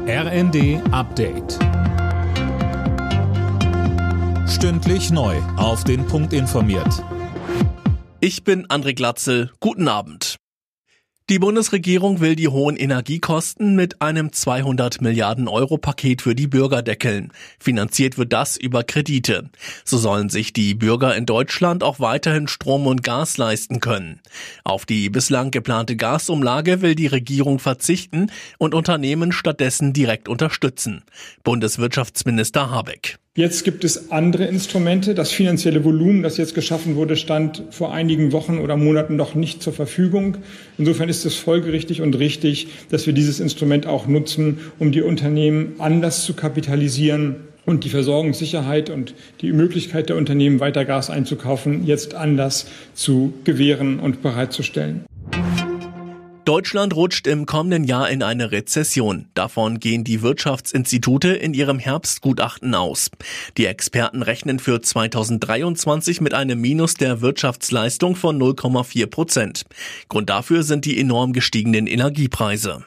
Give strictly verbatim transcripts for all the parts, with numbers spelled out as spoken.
R N D Update. Stündlich neu auf den Punkt informiert. Ich bin André Glatzel. Guten Abend. Die Bundesregierung will die hohen Energiekosten mit einem zweihundert Milliarden Euro Paket für die Bürger deckeln. Finanziert wird das über Kredite. So sollen sich die Bürger in Deutschland auch weiterhin Strom und Gas leisten können. Auf die bislang geplante Gasumlage will die Regierung verzichten und Unternehmen stattdessen direkt unterstützen. Bundeswirtschaftsminister Habeck. Jetzt gibt es andere Instrumente. Das finanzielle Volumen, das jetzt geschaffen wurde, stand vor einigen Wochen oder Monaten noch nicht zur Verfügung. Insofern ist es folgerichtig und richtig, dass wir dieses Instrument auch nutzen, um die Unternehmen anders zu kapitalisieren und die Versorgungssicherheit und die Möglichkeit der Unternehmen, weiter Gas einzukaufen, jetzt anders zu gewähren und bereitzustellen. Deutschland rutscht im kommenden Jahr in eine Rezession. Davon gehen die Wirtschaftsinstitute in ihrem Herbstgutachten aus. Die Experten rechnen für zweitausenddreiundzwanzig mit einem Minus der Wirtschaftsleistung von null Komma vier Prozent. Grund dafür sind die enorm gestiegenen Energiepreise.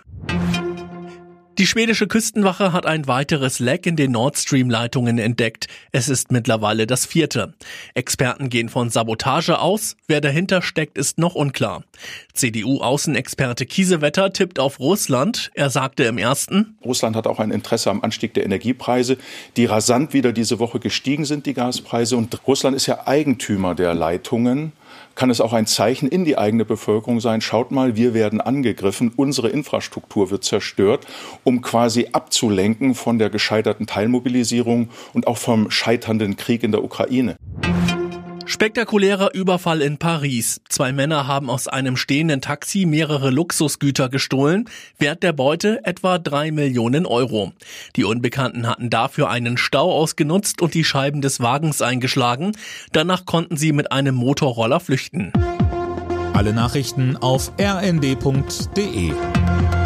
Die schwedische Küstenwache hat ein weiteres Leck in den Nord Stream-Leitungen entdeckt. Es ist mittlerweile das vierte. Experten gehen von Sabotage aus. Wer dahinter steckt, ist noch unklar. C D U-Außenexperte Kiesewetter tippt auf Russland. Er sagte im ersten: Russland hat auch ein Interesse am Anstieg der Energiepreise, die rasant wieder diese Woche gestiegen sind, die Gaspreise. Und Russland ist ja Eigentümer der Leitungen. Kann es auch ein Zeichen in die eigene Bevölkerung sein, schaut mal, wir werden angegriffen, unsere Infrastruktur wird zerstört, um quasi abzulenken von der gescheiterten Teilmobilisierung und auch vom scheiternden Krieg in der Ukraine. Spektakulärer Überfall in Paris. Zwei Männer haben aus einem stehenden Taxi mehrere Luxusgüter gestohlen. Wert der Beute etwa drei Millionen Euro. Die Unbekannten hatten dafür einen Stau ausgenutzt und die Scheiben des Wagens eingeschlagen. Danach konnten sie mit einem Motorroller flüchten. Alle Nachrichten auf r n d punkt d e.